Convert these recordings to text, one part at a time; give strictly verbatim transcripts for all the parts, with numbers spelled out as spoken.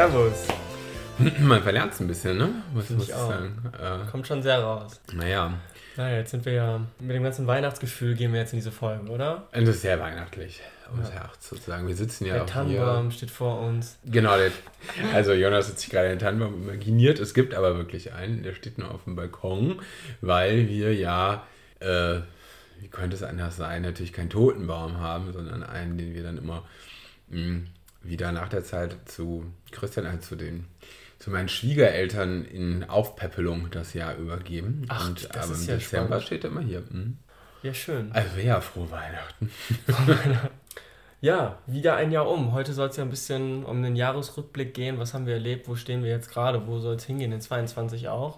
Servus. Man verlernt es ein bisschen, ne? Was muss ich auch. sagen? Äh, Kommt schon sehr raus. Naja. Naja, jetzt sind wir ja mit dem ganzen Weihnachtsgefühl gehen wir jetzt in diese Folge, oder? Das ist sehr weihnachtlich, um es ja auch zu sagen. Wir sitzen ja der auch Tannenbaum hier. steht vor uns. Genau, der, also Jonas hat sich gerade den Tannenbaum imaginiert. Es gibt aber wirklich einen, der steht nur auf dem Balkon, weil wir ja, äh, wie könnte es anders sein, natürlich keinen Totenbaum haben, sondern einen, den wir dann immer mh, wieder nach der Zeit zu Christian, also zu den zu meinen Schwiegereltern in Aufpäppelung das Jahr übergeben. Ach, und das aber ist im ja Dezember spannend. steht er immer hier. Hm. Ja, schön. Also ja, frohe Weihnachten. Ja, wieder ein Jahr um. Heute soll es ja ein bisschen um den Jahresrückblick gehen. Was haben wir erlebt? Wo stehen wir jetzt gerade? Wo soll es hingehen? In zweiundzwanzig auch.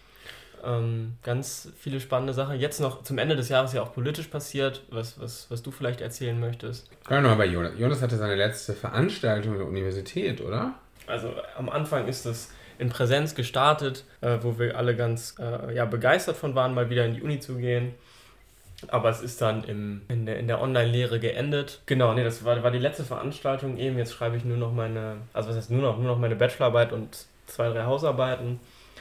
Ähm, ganz viele spannende Sachen. Jetzt noch zum Ende des Jahres ja auch politisch passiert, was, was, was du vielleicht erzählen möchtest. Können wir noch bei Jonas. Jonas hatte seine letzte Veranstaltung der Universität, oder? Also am Anfang ist es in Präsenz gestartet, äh, wo wir alle ganz äh, ja, begeistert von waren, mal wieder in die Uni zu gehen. Aber es ist dann im, in der, in der Online-Lehre geendet. Genau, nee, das war, war die letzte Veranstaltung eben. Jetzt schreibe ich nur noch meine, also was heißt nur noch, nur noch meine Bachelorarbeit und zwei, drei Hausarbeiten.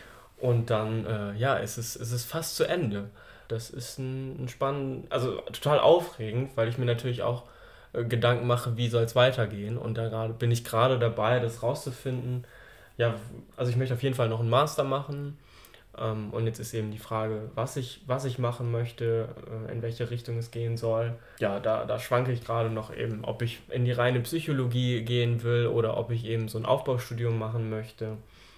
Und dann, äh, ja, es ist, es ist fast zu Ende. Das ist ein, ein spannend, also total aufregend, weil ich mir natürlich auch äh, Gedanken mache, wie soll es weitergehen. Und da grad, bin ich gerade dabei, das rauszufinden. Ja, also ich möchte auf jeden Fall noch einen Master machen. Ähm, und jetzt ist eben die Frage, was ich, was ich machen möchte, äh, in welche Richtung es gehen soll. Ja, da, da schwanke ich gerade noch eben, ob ich in die reine Psychologie gehen will oder ob ich eben so ein Aufbaustudium machen möchte.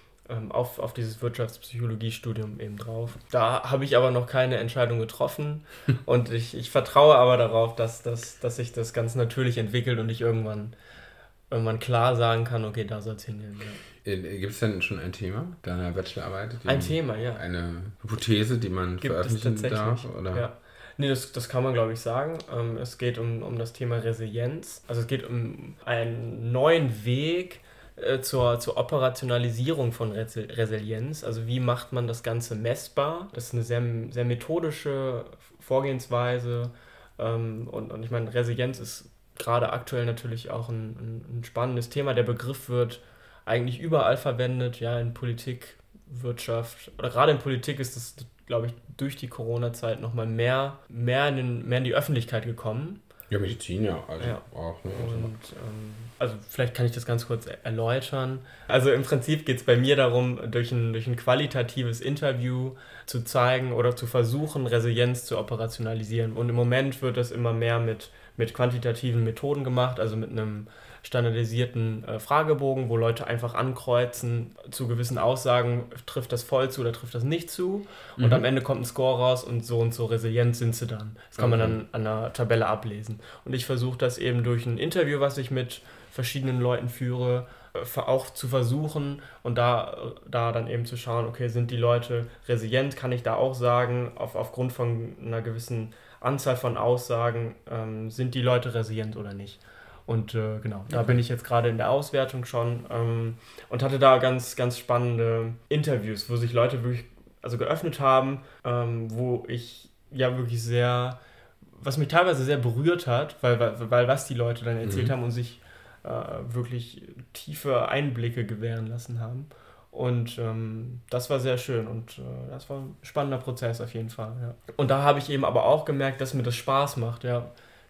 Auf, auf dieses Wirtschaftspsychologiestudium eben drauf. Da habe ich aber noch keine Entscheidung getroffen und ich, ich vertraue aber darauf, dass, dass, dass sich das ganz natürlich entwickelt und ich irgendwann, irgendwann klar sagen kann, okay, da soll es hingehen. Ja. Gibt es denn schon ein Thema deiner Bachelorarbeit? Ein Thema, ja. Eine Hypothese, die man Gibt veröffentlichen es tatsächlich darf? Oder? Ja. Nee, das, das kann man, glaube ich, sagen. Es geht um, um das Thema Resilienz. Also es geht um einen neuen Weg, Zur, zur Operationalisierung von Resilienz, also wie macht man das Ganze messbar. Das ist eine sehr, sehr methodische Vorgehensweise ähm, und, und ich meine, Resilienz ist gerade aktuell natürlich auch ein, ein, ein spannendes Thema. Der Begriff wird eigentlich überall verwendet, ja, in Politik, Wirtschaft oder gerade in Politik ist es, glaube ich, durch die Corona-Zeit nochmal mehr, mehr, in den, mehr in die Öffentlichkeit gekommen. Ja, Medizin ja, also ja. auch. Ne? Und, ähm, also vielleicht kann ich das ganz kurz erläutern. Also im Prinzip geht es bei mir darum, durch ein, durch ein qualitatives Interview zu zeigen oder zu versuchen, Resilienz zu operationalisieren. Und im Moment wird das immer mehr mit, mit quantitativen Methoden gemacht, also mit einem standardisierten äh, Fragebogen, wo Leute einfach ankreuzen zu gewissen Aussagen, trifft das voll zu oder trifft das nicht zu. Und mhm. am Ende kommt ein Score raus und so und so resilient sind sie dann. Das kann okay. man dann an einer Tabelle ablesen. Und ich versuche das eben durch ein Interview, was ich mit verschiedenen Leuten führe, äh, auch zu versuchen und da, da dann eben zu schauen, okay, sind die Leute resilient, kann ich da auch sagen, auf, aufgrund von einer gewissen Anzahl von Aussagen, ähm, sind die Leute resilient oder nicht. Und äh, genau, da bin ich jetzt gerade in der Auswertung schon ähm, und hatte da ganz, ganz spannende Interviews, wo sich Leute wirklich also geöffnet haben, ähm, wo ich ja wirklich sehr, was mich teilweise sehr berührt hat, weil, weil, weil was die Leute dann erzählt mhm. haben und sich äh, wirklich tiefe Einblicke gewähren lassen haben. Und ähm, das war sehr schön und äh, das war ein spannender Prozess auf jeden Fall. Ja. Und da habe ich eben aber auch gemerkt, dass mir das Spaß macht, ja,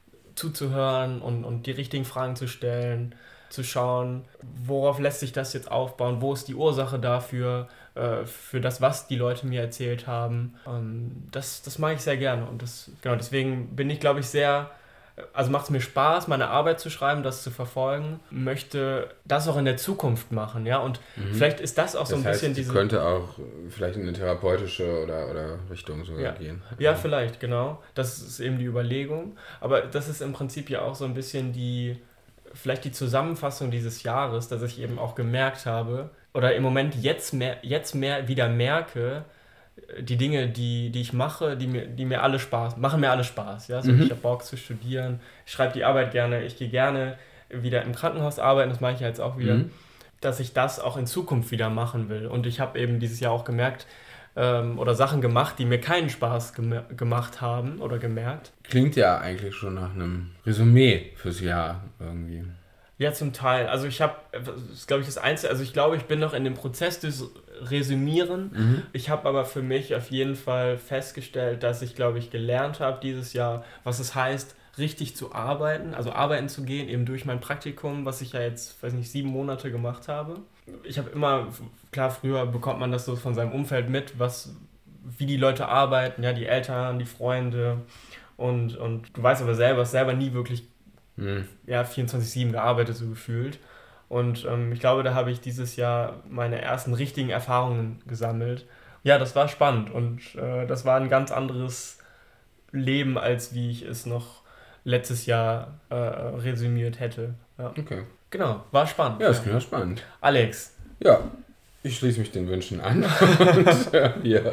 zuzuhören und, und die richtigen Fragen zu stellen, zu schauen, worauf lässt sich das jetzt aufbauen, wo ist die Ursache dafür, äh, für das, was die Leute mir erzählt haben. Ähm, das, das mag ich sehr gerne und das, genau, deswegen bin ich, glaube ich, sehr, also macht es mir Spaß, meine Arbeit zu schreiben, das zu verfolgen, möchte das auch in der Zukunft machen, ja, und mhm. vielleicht ist das auch das so ein heißt, bisschen diese... könnte auch vielleicht in eine therapeutische oder, oder Richtung sogar ja. gehen. Ja, ja, vielleicht, genau. Das ist eben die Überlegung, aber das ist im Prinzip ja auch so ein bisschen die, vielleicht die Zusammenfassung dieses Jahres, dass ich eben auch gemerkt habe, oder im Moment jetzt mehr, jetzt mehr wieder merke, die Dinge, die, die ich mache, die mir, die mir alle Spaß, machen mir alle Spaß. Ja? So, mhm. Ich habe Bock zu studieren, ich schreibe die Arbeit gerne, ich gehe gerne wieder im Krankenhaus arbeiten, das mache ich ja jetzt auch wieder, mhm. dass ich das auch in Zukunft wieder machen will. Und ich habe eben dieses Jahr auch gemerkt, ähm, oder Sachen gemacht, die mir keinen Spaß gem- gemacht haben oder gemerkt. Klingt ja eigentlich schon nach einem Resümee fürs Jahr irgendwie. Ja, zum Teil. Also ich habe, das ist glaube ich das Einzige, also ich glaube, ich bin noch in dem Prozess des Resümieren. Mhm. Ich habe aber für mich auf jeden Fall festgestellt, dass ich glaube ich gelernt habe dieses Jahr, was es heißt, richtig zu arbeiten, also arbeiten zu gehen, eben durch mein Praktikum, was ich ja jetzt, weiß nicht, sieben Monate gemacht habe. Ich habe immer, klar, früher bekommt man das so von seinem Umfeld mit, was, wie die Leute arbeiten, ja, die Eltern, die Freunde und, und du weißt aber selber, hast selber nie wirklich Mhm. ja, vierundzwanzig sieben gearbeitet, so gefühlt. Und ähm, ich glaube, da habe ich dieses Jahr meine ersten richtigen Erfahrungen gesammelt. Ja, das war spannend und äh, das war ein ganz anderes Leben, als wie ich es noch letztes Jahr äh, resümiert hätte. Ja. Okay. Genau, war spannend. Ja, das Ja. klingt ja spannend. Alex. Ja, ich schließe mich den Wünschen an und äh, wir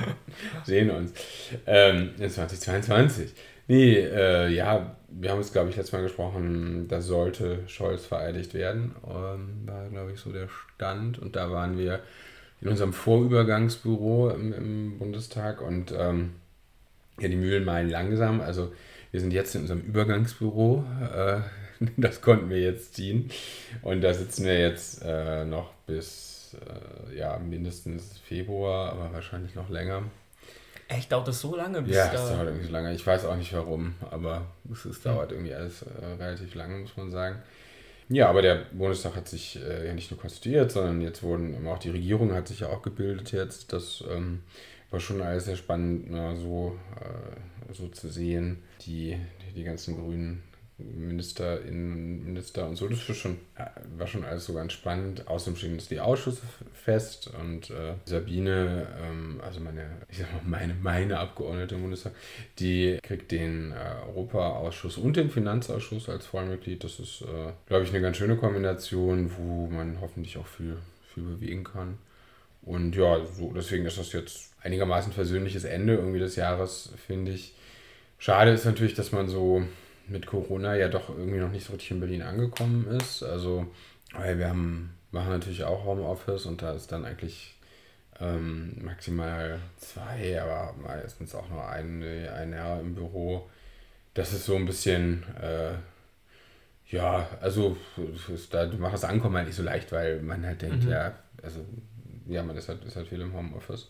sehen uns ähm, in zweitausendzweiundzwanzig. Nee, äh, ja, wir haben es, glaube ich, letztes Mal gesprochen, da sollte Scholz vereidigt werden, ähm, war, glaube ich, so der Stand. Und da waren wir in unserem Vorübergangsbüro im, im Bundestag und ähm, ja, die Mühlen malen langsam. Also wir sind jetzt in unserem Übergangsbüro, äh, das konnten wir jetzt ziehen. Und da sitzen wir jetzt äh, noch bis äh, ja, mindestens Februar, aber wahrscheinlich noch länger. Echt, dauert das so lange? Bis Ja, da es dauert irgendwie so lange. Ich weiß auch nicht warum, aber es, es dauert irgendwie alles äh, relativ lange, muss man sagen. Ja, aber der Bundestag hat sich äh, ja nicht nur konstituiert, sondern jetzt wurden auch die Regierung hat sich ja auch gebildet jetzt. Das ähm, war schon alles sehr spannend, na, so, äh, so zu sehen, die, die ganzen grünen Ministerinnen, Minister und so. Das war schon, war schon alles so ganz spannend. Außerdem stehen jetzt die Ausschüsse fest und äh, Sabine, ähm, also meine, ich sag mal, meine, meine Abgeordnete im Bundestag, die kriegt den äh, Europaausschuss und den Finanzausschuss als Vollmitglied. Das ist, äh, glaube ich, eine ganz schöne Kombination, wo man hoffentlich auch viel, viel bewegen kann. Und ja, so, deswegen ist das jetzt einigermaßen versöhnliches Ende irgendwie des Jahres, finde ich. Schade ist natürlich, dass man so mit Corona ja doch irgendwie noch nicht so richtig in Berlin angekommen ist. Also, weil wir haben, machen natürlich auch Homeoffice und da ist dann eigentlich ähm, maximal zwei, aber meistens auch nur ein, ein Jahr im Büro. Das ist so ein bisschen, äh, ja, also ist, da macht das Ankommen halt nicht so leicht, weil man halt denkt, Mhm. ja, also ja, man ist halt, ist halt viel im Homeoffice.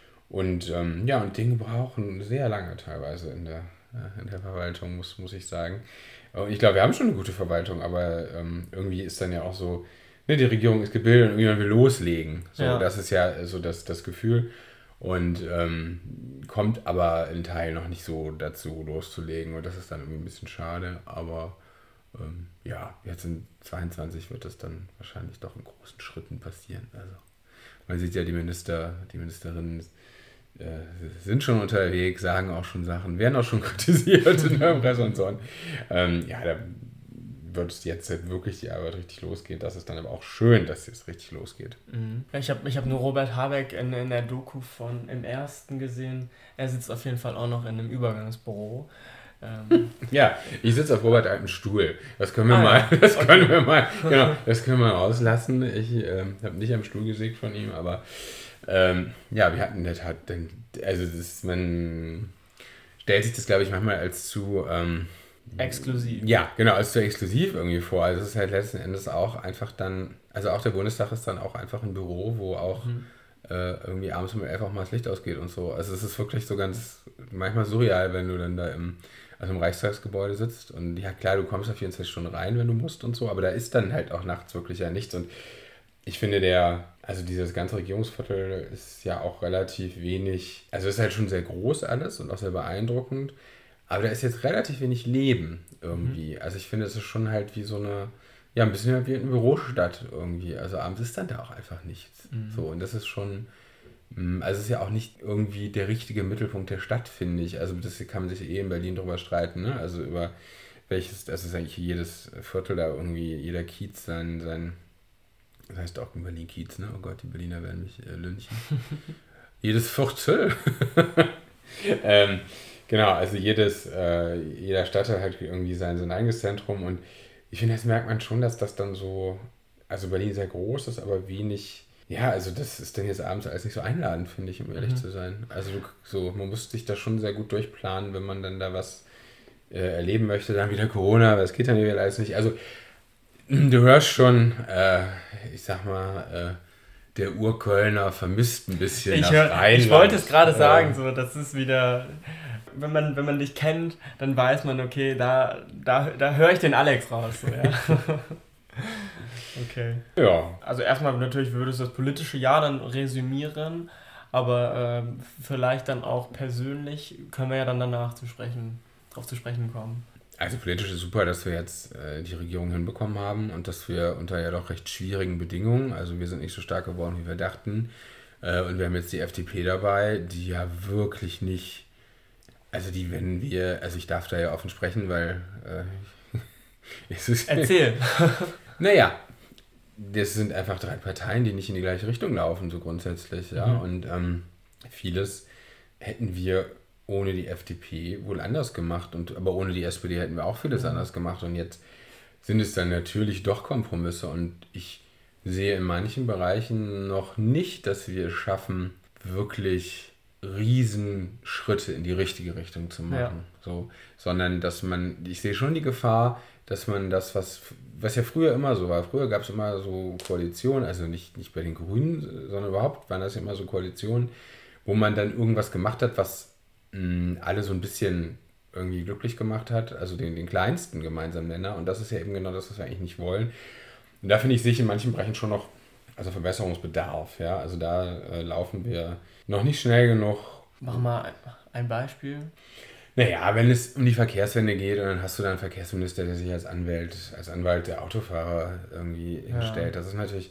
Und ähm, ja, und Dinge brauchen sehr lange teilweise in der, äh, in der Verwaltung, muss, muss ich sagen. Und ich glaube, wir haben schon eine gute Verwaltung, aber ähm, irgendwie ist dann ja auch so, ne, die Regierung ist gebildet und irgendwann will loslegen. So, Ja. das ist ja so das, das Gefühl. Und ähm, kommt aber in Teilen noch nicht so dazu, loszulegen. Und das ist dann irgendwie ein bisschen schade. Aber ähm, ja, jetzt in zweiundzwanzig wird das dann wahrscheinlich doch in großen Schritten passieren. Also man sieht ja, die Minister, die Ministerinnen äh, sind schon unterwegs, sagen auch schon Sachen, werden auch schon kritisiert in der Presse und so. Und, ähm, ja, da wird es jetzt halt wirklich die Arbeit richtig losgehen. Das ist dann aber auch schön, dass es richtig losgeht. Mhm. Ich habe ich hab nur Robert Habeck in, in der Doku von Im Ersten gesehen. Er sitzt auf jeden Fall auch noch in einem Übergangsbüro. Ähm, Ja, ich sitze auf Robert altem Stuhl. Das können wir Ah, mal, ja. das Okay. können wir mal, genau, das können wir auslassen. Ich ähm, habe nicht am Stuhl gesägt von ihm, aber ähm, ja, wir hatten in der Tat, dann, also das ist, man stellt sich das, glaube ich, manchmal als zu ähm, exklusiv. Ja, genau, als zu exklusiv irgendwie vor. Also es ist halt letzten Endes auch einfach dann, also auch der Bundestag ist dann auch einfach ein Büro, wo auch Mhm. äh, irgendwie abends um elf auch mal das Licht ausgeht und so. Also es ist wirklich so ganz, manchmal surreal, wenn du dann da im, also im Reichstagsgebäude sitzt und ja klar, du kommst da vierundzwanzig Stunden rein, wenn du musst und so, aber da ist dann halt auch nachts wirklich ja nichts und ich finde der, also dieses ganze Regierungsviertel ist ja auch relativ wenig, also es ist halt schon sehr groß alles und auch sehr beeindruckend, aber da ist jetzt relativ wenig Leben irgendwie. Mhm. Also ich finde, es ist schon halt wie so eine, ja, ein bisschen wie eine Bürostadt irgendwie. Also abends ist dann da auch einfach nichts. Mhm. So, und das ist schon, also es ist ja auch nicht irgendwie der richtige Mittelpunkt der Stadt, finde ich. Also das kann man sich eh in Berlin drüber streiten, ne? Also über welches, das ist eigentlich jedes Viertel da irgendwie, jeder Kiez sein, sein das heißt auch in Berlin Kiez, ne? Oh Gott, die Berliner werden mich äh, lynchen. Jedes Viertel. ähm, genau, also jedes, äh, jeder Stadtteil hat irgendwie sein, sein eigenes Zentrum und ich finde, das merkt man schon, dass das dann so, also Berlin sehr groß ist, aber wenig, ja, also das ist dann jetzt abends alles nicht so einladend, finde ich, um ehrlich mhm. zu sein. Also so, man muss sich da schon sehr gut durchplanen, wenn man dann da was äh, erleben möchte, dann wieder Corona, aber das geht dann wieder alles nicht. Also Du hörst schon, äh, ich sag mal, äh, der Urkölner vermisst ein bisschen ich das hör, Rheinland. Ich wollte es gerade sagen, äh, so, das ist wieder, wenn man, wenn man dich kennt, dann weiß man, okay, da, da, da höre ich den Alex raus. So, ja. Okay. Ja. Also erstmal natürlich würdest du das politische Jahr dann resümieren, aber ähm, vielleicht dann auch persönlich können wir ja dann danach zu sprechen, drauf zu sprechen kommen. Also politisch ist super, dass wir jetzt äh, die Regierung hinbekommen haben und dass wir unter ja doch recht schwierigen Bedingungen, also wir sind nicht so stark geworden, wie wir dachten, äh, und wir haben jetzt die F D P dabei, die ja wirklich nicht, also die, wenn wir, also ich darf da ja offen sprechen, weil äh, es ist... Erzähl! Naja, das sind einfach drei Parteien, die nicht in die gleiche Richtung laufen, so grundsätzlich, ja, mhm. und ähm, vieles hätten wir ohne die F D P wohl anders gemacht, und aber ohne die S P D hätten wir auch vieles mhm. anders gemacht, und jetzt sind es dann natürlich doch Kompromisse, und ich sehe in manchen Bereichen noch nicht, dass wir es schaffen, wirklich Riesenschritte in die richtige Richtung zu machen, ja. so, sondern dass man, ich sehe schon die Gefahr, dass man das, was, was ja früher immer so war, früher gab es immer so Koalitionen, also nicht, nicht bei den Grünen, sondern überhaupt waren das immer so Koalitionen, wo man dann irgendwas gemacht hat, was alle so ein bisschen irgendwie glücklich gemacht hat, also den, den kleinsten gemeinsamen Nenner, und das ist ja eben genau das, was wir eigentlich nicht wollen. Und da finde ich, sehe ich in manchen Bereichen schon noch also Verbesserungsbedarf, ja, also da äh, laufen wir noch nicht schnell genug. Mach mal ein, ein Beispiel. Naja, wenn es um die Verkehrswende geht und dann hast du da einen Verkehrsminister, der sich als Anwalt, als Anwalt der Autofahrer irgendwie ja. hinstellt, das ist natürlich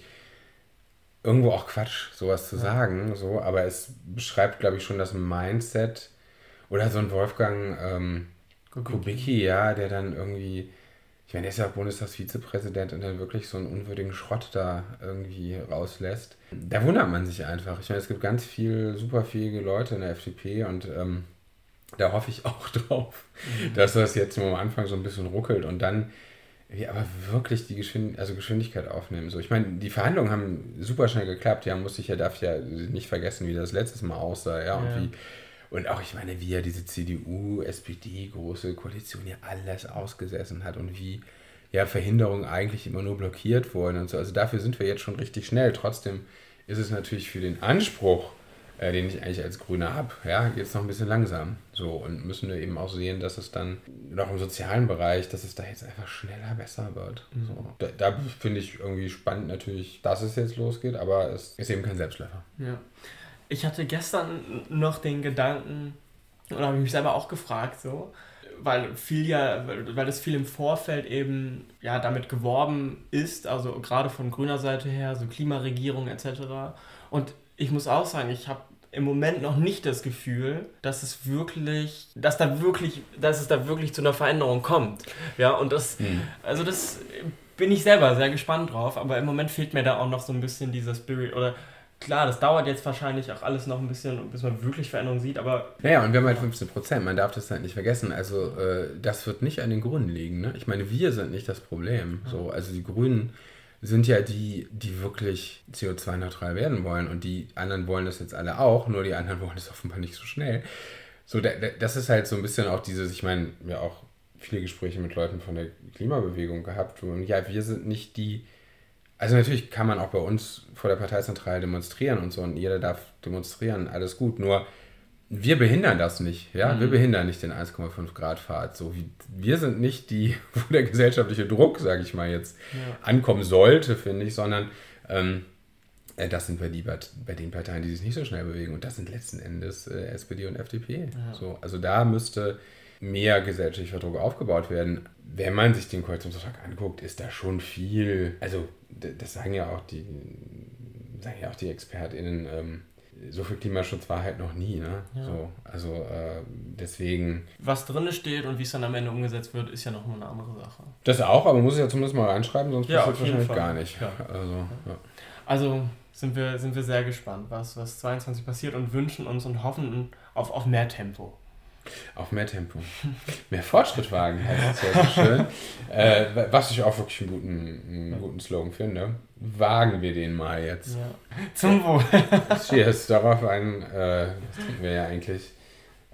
irgendwo auch Quatsch, sowas zu ja. sagen, so, aber es beschreibt, glaube ich, schon das Mindset. Oder so ein Wolfgang ähm, Kubicki, ja, der dann irgendwie, ich meine, der ist ja auch Bundestagsvizepräsident und dann wirklich so einen unwürdigen Schrott da irgendwie rauslässt. Da wundert man sich einfach. Ich meine, es gibt ganz viel superfähige Leute in der F D P, und ähm, da hoffe ich auch drauf, mhm. dass das jetzt am Anfang so ein bisschen ruckelt und dann wir aber wirklich die Geschwind- also Geschwindigkeit aufnehmen. So, ich meine, die Verhandlungen haben super schnell geklappt. Ja, muss ich ja, darf ja nicht vergessen, wie das letztes Mal aussah, ja, und ja. wie Und auch, ich meine, wie ja diese C D U, S P D, große Koalition ja alles ausgesessen hat und wie ja Verhinderungen eigentlich immer nur blockiert wurden und so. Also dafür sind wir jetzt schon richtig schnell. Trotzdem ist es natürlich für den Anspruch, äh, den ich eigentlich als Grüner habe, ja, jetzt noch ein bisschen langsam. So, und müssen wir eben auch sehen, dass es dann noch im sozialen Bereich, dass es da jetzt einfach schneller besser wird. Mhm. So. Da, da finde ich irgendwie spannend natürlich, dass es jetzt losgeht, aber es ist eben kein Selbstläufer. Ja. Ich hatte gestern noch den Gedanken, und habe ich mich selber auch gefragt, so, weil viel ja, weil das viel im Vorfeld eben ja damit geworben ist, also gerade von grüner Seite her, so Klimaregierung et cetera. Und ich muss auch sagen, ich habe im Moment noch nicht das Gefühl, dass es wirklich, dass da wirklich, dass es da wirklich zu einer Veränderung kommt. Ja, und das, hm. also das bin ich selber sehr gespannt drauf, aber im Moment fehlt mir da auch noch so ein bisschen dieser Spirit oder klar, das dauert jetzt wahrscheinlich auch alles noch ein bisschen, bis man wirklich Veränderungen sieht, aber... Naja, und wir haben halt fünfzehn Prozent, man darf das halt nicht vergessen. Also äh, das wird nicht an den Grünen liegen. Ne? Ich meine, wir sind nicht das Problem. Ja. So, also die Grünen sind ja die, die wirklich C O zwei neutral werden wollen, und die anderen wollen das jetzt alle auch, nur die anderen wollen das offenbar nicht so schnell. So, da, da, das ist halt so ein bisschen auch dieses, ich meine, ja auch viele Gespräche mit Leuten von der Klimabewegung gehabt, wo, ja, wir sind nicht die... Also natürlich kann man auch bei uns vor der Parteizentrale demonstrieren und so, und jeder darf demonstrieren, alles gut, nur wir behindern das nicht, ja, mhm. wir behindern nicht den eins Komma fünf Grad Pfad, so wie wir sind nicht die, wo der gesellschaftliche Druck, sage ich mal jetzt, ja. ankommen sollte, finde ich, sondern ähm, äh, das sind bei, die, bei den Parteien, die sich nicht so schnell bewegen, und das sind letzten Endes äh, S P D und F D P, ja. so, also da müsste mehr gesellschaftlicher Druck aufgebaut werden. Wenn man sich den Koalitionsvertrag anguckt, ist da schon viel, also das sagen ja auch die, sagen ja auch die ExpertInnen, ähm, so viel Klimaschutz war halt noch nie, ne? Ja. So, also äh, deswegen... Was drin steht und wie es dann am Ende umgesetzt wird, ist ja noch eine andere Sache. Das auch, aber man muss es ja zumindest mal reinschreiben, sonst ja, passiert wahrscheinlich Fall. gar nicht. Ja. Also, ja. also sind wir, sind wir sehr gespannt, was, was zweiundzwanzig passiert, und wünschen uns und hoffen auf, auf mehr Tempo. Auf mehr Tempo. Mehr Fortschritt wagen, heißt es ja so schön. äh, was ich auch wirklich einen guten, einen guten Slogan finde. Wagen wir den mal jetzt. Ja. Zum Wohl. Cheers, darauf ein, äh, das trinken wir ja eigentlich.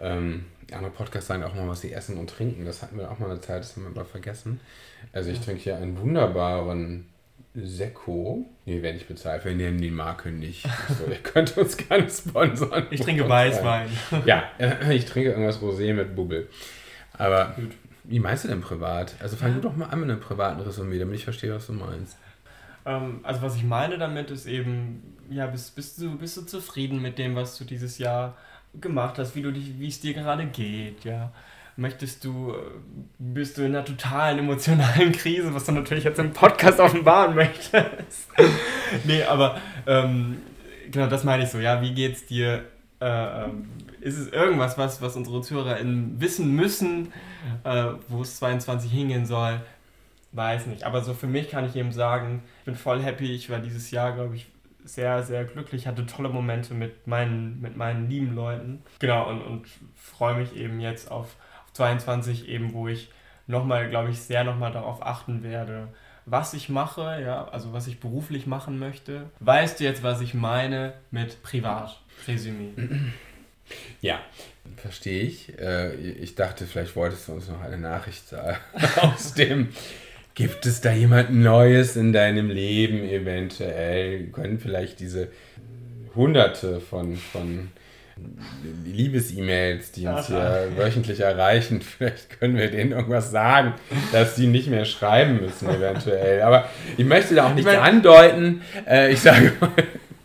Ähm, andere Podcasts sagen auch mal, was sie essen und trinken. Das hatten wir auch mal eine Zeit, das haben wir aber vergessen. Also ich trinke hier einen wunderbaren Sekko. Nee, werde ich bezahlt. Wir nehmen die Marke nicht. So, ihr könnt uns gerne sponsern. Ich trinke Weißwein. Ja, ich trinke irgendwas Rosé mit Bubbel. Aber gut. Wie meinst du denn privat? Also fang ja. du doch mal an mit einem privaten Resümee, damit ich verstehe, was du meinst. Ähm, also was ich meine damit ist eben, ja, bist, bist, du, bist du zufrieden mit dem, was du dieses Jahr gemacht hast, wie du dich, wie es dir gerade geht, ja? Möchtest du, bist du in einer totalen emotionalen Krise, was du natürlich jetzt im Podcast offenbaren möchtest. Nee, aber ähm, genau, das meine ich so, ja, wie geht's dir? Äh, ähm, ist es irgendwas, was, was unsere ZuhörerInnen wissen müssen, äh, wo es zweiundzwanzig hingehen soll? Weiß nicht, aber so für mich kann ich eben sagen, ich bin voll happy, ich war dieses Jahr, glaube ich, sehr, sehr glücklich, hatte tolle Momente mit meinen, mit meinen lieben Leuten. Genau, und, und freue mich eben jetzt auf, auf zweiundzwanzig, eben wo ich nochmal, glaube ich, sehr nochmal darauf achten werde, was ich mache, ja, also was ich beruflich machen möchte. Weißt du jetzt, was ich meine mit Privatresümee? Ja, verstehe ich. Ich dachte, vielleicht wolltest du uns noch eine Nachricht aus dem... Gibt es da jemand Neues in deinem Leben eventuell? Können vielleicht diese hunderte von, von Liebes-E-Mails, die uns hier wöchentlich erreichen, vielleicht können wir denen irgendwas sagen, dass die nicht mehr schreiben müssen eventuell. Aber ich möchte da auch nichts ich mein, andeuten. Äh, ich sage mal...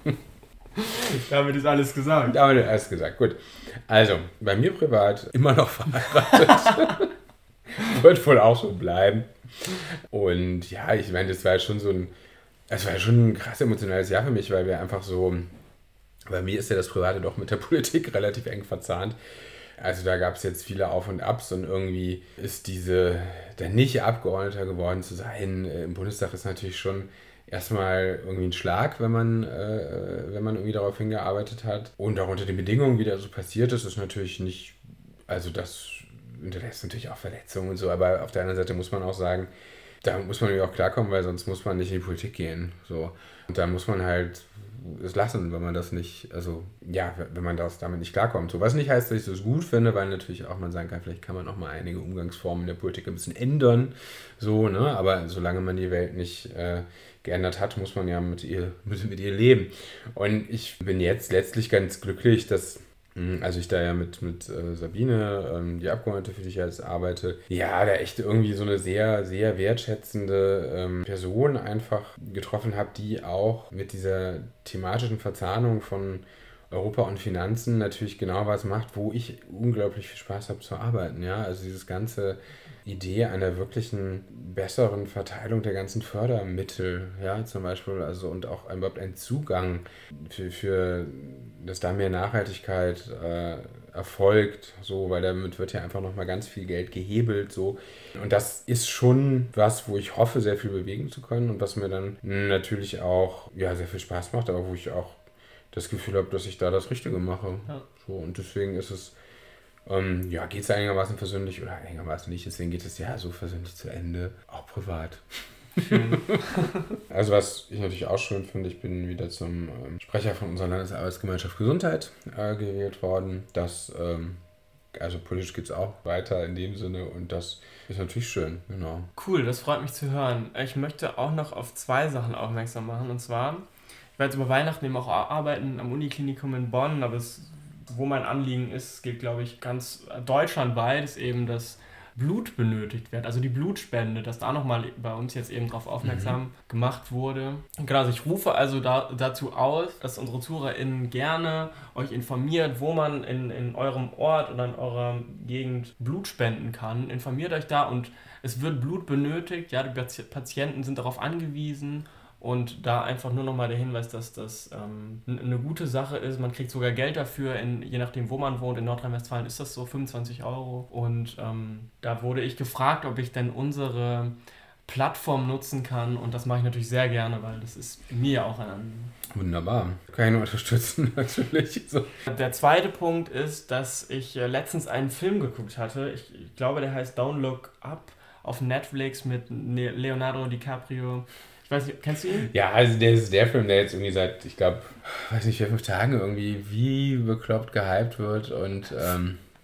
Damit ist alles gesagt. Damit ist alles gesagt, gut. Also, bei mir privat immer noch verheiratet. Wird wohl auch so bleiben. Und ja, ich meine, das war ja schon so ein, das war ja schon ein krass emotionales Jahr für mich, weil wir einfach so, bei mir ist ja das Private doch mit der Politik relativ eng verzahnt. Also da gab es jetzt viele Auf und Abs und irgendwie ist diese, dann nicht Abgeordneter geworden zu sein im Bundestag ist natürlich schon erstmal irgendwie ein Schlag, wenn man, äh, wenn man irgendwie darauf hingearbeitet hat. Und auch unter den Bedingungen, wie das so passiert ist, ist natürlich nicht, also das hinterlässt natürlich auch Verletzungen und so, aber auf der anderen Seite muss man auch sagen, da muss man irgendwie auch klarkommen, weil sonst muss man nicht in die Politik gehen. So. Und da muss man halt es lassen, wenn man das nicht, also ja, wenn man das damit nicht klarkommt. So, was nicht heißt, dass ich das gut finde, weil natürlich auch man sagen kann, vielleicht kann man auch mal einige Umgangsformen der Politik ein bisschen ändern. So, ne? Aber solange man die Welt nicht äh, geändert hat, muss man ja mit ihr, mit, mit ihr leben. Und ich bin jetzt letztlich ganz glücklich, dass also ich da ja mit, mit äh, Sabine, ähm, die Abgeordnete, für die ich jetzt arbeite, ja, da echt irgendwie so eine sehr, sehr wertschätzende ähm, Person einfach getroffen habe, die auch mit dieser thematischen Verzahnung von Europa und Finanzen natürlich genau was macht, wo ich unglaublich viel Spaß habe zu arbeiten. Ja? Also dieses ganze Idee einer wirklichen besseren Verteilung der ganzen Fördermittel, ja, zum Beispiel, also und auch überhaupt ein Zugang für, für dass da mehr Nachhaltigkeit äh, erfolgt, so, weil damit wird ja einfach nochmal ganz viel Geld gehebelt, so. Und das ist schon was, wo ich hoffe, sehr viel bewegen zu können und was mir dann natürlich auch, ja, sehr viel Spaß macht, aber wo ich auch das Gefühl habe, dass ich da das Richtige mache. Ja. So, und deswegen ist es Ähm, ja, geht es einigermaßen versöhnlich oder einigermaßen nicht, deswegen geht es ja so versöhnlich zu Ende, auch privat. Also was ich natürlich auch schön finde, ich bin wieder zum ähm, Sprecher von unserer Landesarbeitsgemeinschaft Gesundheit äh, gewählt worden. Das, ähm, also politisch geht es auch weiter in dem Sinne und das ist natürlich schön, genau. Cool, das freut mich zu hören. Ich möchte auch noch auf zwei Sachen aufmerksam machen und zwar, ich werde jetzt über Weihnachten eben auch arbeiten am Uniklinikum in Bonn, aber es wo mein Anliegen ist, geht, glaube ich, ganz deutschlandweit, ist eben, dass Blut benötigt wird, also die Blutspende, dass da nochmal bei uns jetzt eben drauf aufmerksam mhm. gemacht wurde. Genau, also ich rufe also da, dazu aus, dass unsere ZuhörerInnen gerne euch informiert, wo man in, in eurem Ort oder in eurer Gegend Blut spenden kann. Informiert euch da und es wird Blut benötigt, ja, die Patienten sind darauf angewiesen. Und da einfach nur nochmal der Hinweis, dass das ähm, eine gute Sache ist. Man kriegt sogar Geld dafür, in, je nachdem, wo man wohnt. In Nordrhein-Westfalen ist das so, fünfundzwanzig Euro. Und ähm, da wurde ich gefragt, ob ich denn unsere Plattform nutzen kann. Und das mache ich natürlich sehr gerne, weil das ist mir auch ein Anliegen. Wunderbar. Kann ich nur unterstützen, natürlich. So. Der zweite Punkt ist, dass ich äh, letztens einen Film geguckt hatte. Ich, ich glaube, der heißt Don't Look Up auf Netflix mit Leonardo DiCaprio. Ich weiß nicht, kennst du ihn? Ja, also der ist der Film, der jetzt irgendwie seit, ich glaube, weiß nicht, vier, fünf Tagen irgendwie wie bekloppt gehypt wird und ähm,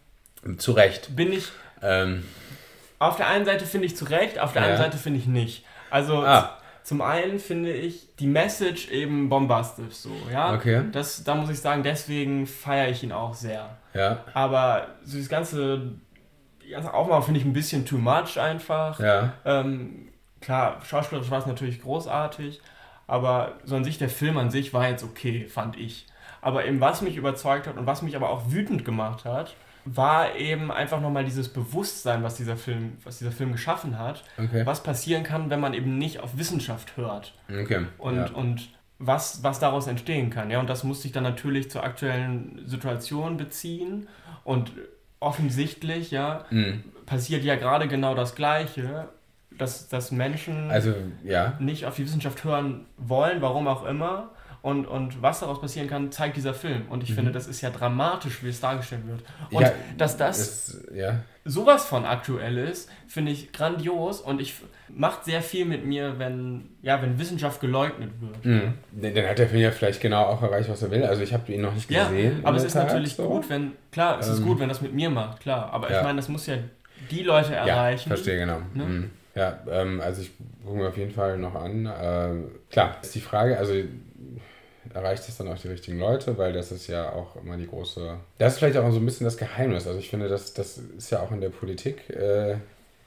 Zu Recht. Bin ich... Ähm, auf der einen Seite finde ich zu Recht, auf der ja. anderen Seite finde ich nicht. Also ah. zum einen finde ich die Message eben bombastisch so, ja. Okay. Das, da muss ich sagen, deswegen feiere ich ihn auch sehr. Ja. Aber so das ganze, die ganze Aufmachung finde ich ein bisschen too much einfach. Ja. Ähm, klar, schauspielerisch war es natürlich großartig, aber so an sich, der Film an sich war jetzt okay, fand ich. Aber eben was mich überzeugt hat und was mich aber auch wütend gemacht hat, war eben einfach nochmal dieses Bewusstsein, was dieser Film, was dieser Film geschaffen hat, okay. was passieren kann, wenn man eben nicht auf Wissenschaft hört. Okay. Und, ja. und was, was daraus entstehen kann. Ja? Und das musste ich dann natürlich zur aktuellen Situation beziehen. Und offensichtlich ja, mhm. passiert ja gerade genau das Gleiche, dass, dass Menschen also, ja. nicht auf die Wissenschaft hören wollen, warum auch immer. Und, und was daraus passieren kann, zeigt dieser Film. Und ich mhm. finde, das ist ja dramatisch, wie es dargestellt wird. Und ja, dass das ist, ja. sowas von aktuell ist, finde ich grandios. Und ich macht sehr viel mit mir, wenn, ja, wenn Wissenschaft geleugnet wird. Mhm. Dann hat der Film ja vielleicht genau auch erreicht, was er will. Also ich habe ihn noch nicht gesehen. Ja, aber es ist Tat, natürlich so. gut, wenn, klar, es ähm, ist gut, wenn das mit mir macht, klar. Aber ja. ich meine, das muss ja die Leute erreichen. Ja, verstehe, genau. Ne? Mhm. Ja, ähm, also ich gucke mir auf jeden Fall noch an. Ähm, klar, ist die Frage, also erreicht es dann auch die richtigen Leute, weil das ist ja auch immer die große... Das ist vielleicht auch so ein bisschen das Geheimnis. Also ich finde, das, das ist ja auch in der Politik äh,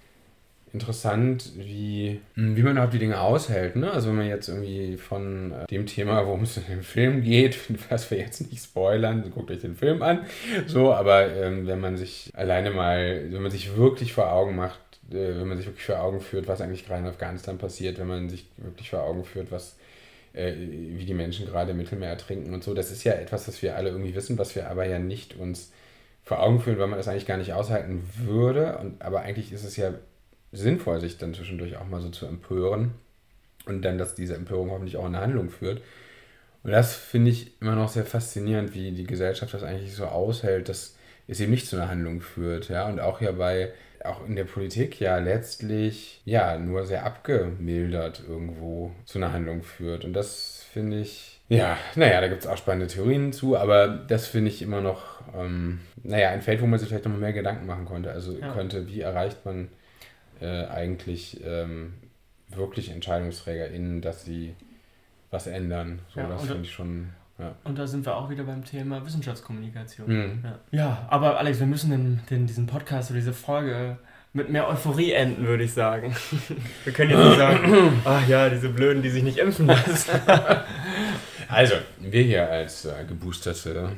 interessant, wie, wie man überhaupt die Dinge aushält. Ne? Also wenn man jetzt irgendwie von äh, dem Thema, worum es in dem Film geht, was wir jetzt nicht spoilern, guckt euch den Film an. So, aber ähm, wenn man sich alleine mal, wenn man sich wirklich vor Augen macht, äh, wenn man sich wirklich vor Augen führt, was eigentlich gerade in Afghanistan passiert, wenn man sich wirklich vor Augen führt, was wie die Menschen gerade im Mittelmeer ertrinken und so. Das ist ja etwas, was wir alle irgendwie wissen, was wir aber ja nicht uns vor Augen führen, weil man das eigentlich gar nicht aushalten würde. Und, aber eigentlich ist es ja sinnvoll, sich dann zwischendurch auch mal so zu empören und dann, dass diese Empörung hoffentlich auch in eine Handlung führt. Und das finde ich immer noch sehr faszinierend, wie die Gesellschaft das eigentlich so aushält, dass es eben nicht zu einer Handlung führt. Ja? Und auch ja bei auch in der Politik ja letztlich ja nur sehr abgemildert irgendwo zu einer Handlung führt. Und das finde ich, ja, naja, da gibt es auch spannende Theorien zu, aber das finde ich immer noch, ähm, naja, ein Feld, wo man sich vielleicht noch mal mehr Gedanken machen konnte. Also ja. könnte, wie erreicht man äh, eigentlich ähm, wirklich EntscheidungsträgerInnen, dass sie was ändern. So, ja, das finde ich schon... Ja. Und da sind wir auch wieder beim Thema Wissenschaftskommunikation. Mhm. Ja. ja, aber Alex, wir müssen den, den, diesen Podcast oder diese Folge mit mehr Euphorie enden, würde ich sagen. Wir können jetzt nicht sagen, ach ja, diese Blöden, die sich nicht impfen lassen. Also, wir hier als äh, geboosterte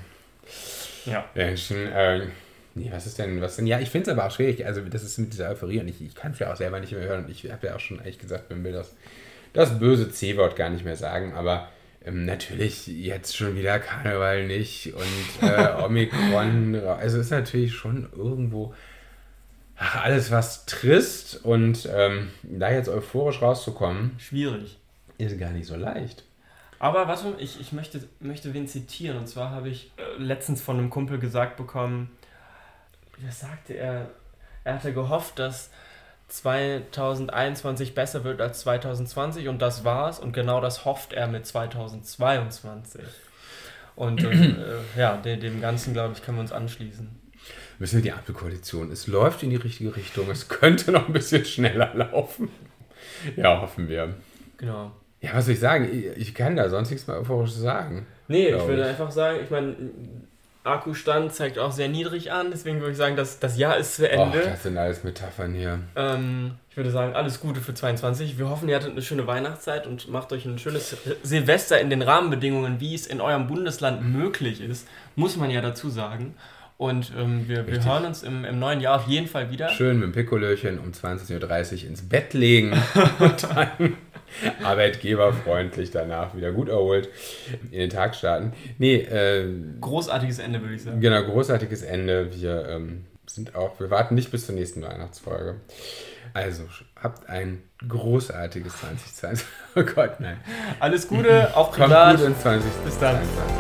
ja. Menschen, äh, nee, was ist denn, was denn? Ja, ich finde es aber auch schwierig, also das ist mit dieser Euphorie und ich, ich kann es ja auch selber nicht mehr hören und ich habe ja auch schon eigentlich gesagt, man will das, das böse C-Wort gar nicht mehr sagen, aber Ähm, natürlich jetzt schon wieder Karneval nicht und äh, Omikron, also ist natürlich schon irgendwo ach, alles was trist und ähm, da jetzt euphorisch rauszukommen, schwierig. Ist gar nicht so leicht. Aber was ich, ich möchte, möchte wen zitieren und zwar habe ich äh, letztens von einem Kumpel gesagt bekommen, was sagte er, er hatte gehofft, dass zwanzig einundzwanzig besser wird als zwanzig zwanzig und das war's und genau das hofft er mit zwanzig zweiundzwanzig und äh, ja, dem, dem Ganzen, glaube ich, können wir uns anschließen. Müssen wir die Ampelkoalition, es läuft in die richtige Richtung, es könnte noch ein bisschen schneller laufen. Ja, hoffen wir. Genau. Ja, was soll ich sagen, ich, ich kann da sonst nichts mehr euphorisch sagen. Nee, ich würde ich. einfach sagen, ich meine, Akkustand zeigt auch sehr niedrig an, deswegen würde ich sagen, dass das Jahr ist zu Ende. Och, das sind alles Metaphern hier. Ähm, ich würde sagen, alles Gute für zweiundzwanzig. Wir hoffen, ihr hattet eine schöne Weihnachtszeit und macht euch ein schönes Silvester in den Rahmenbedingungen, wie es in eurem Bundesland möglich ist, muss man ja dazu sagen. Und ähm, wir, wir hören uns im, im neuen Jahr auf jeden Fall wieder. Schön mit dem Pikolöchen um zwanzig Uhr dreißig ins Bett legen und dann arbeitgeberfreundlich danach wieder gut erholt in den Tag starten. Nee, äh, großartiges Ende, würde ich sagen. Genau, großartiges Ende. Wir ähm, sind auch, wir warten nicht bis zur nächsten Weihnachtsfolge. Also, habt ein großartiges zwanzig zwanzig. Oh Gott, nein. Alles Gute, auch privat. Kommt gut in zwanzig Bis dann. zweiundzwanzig.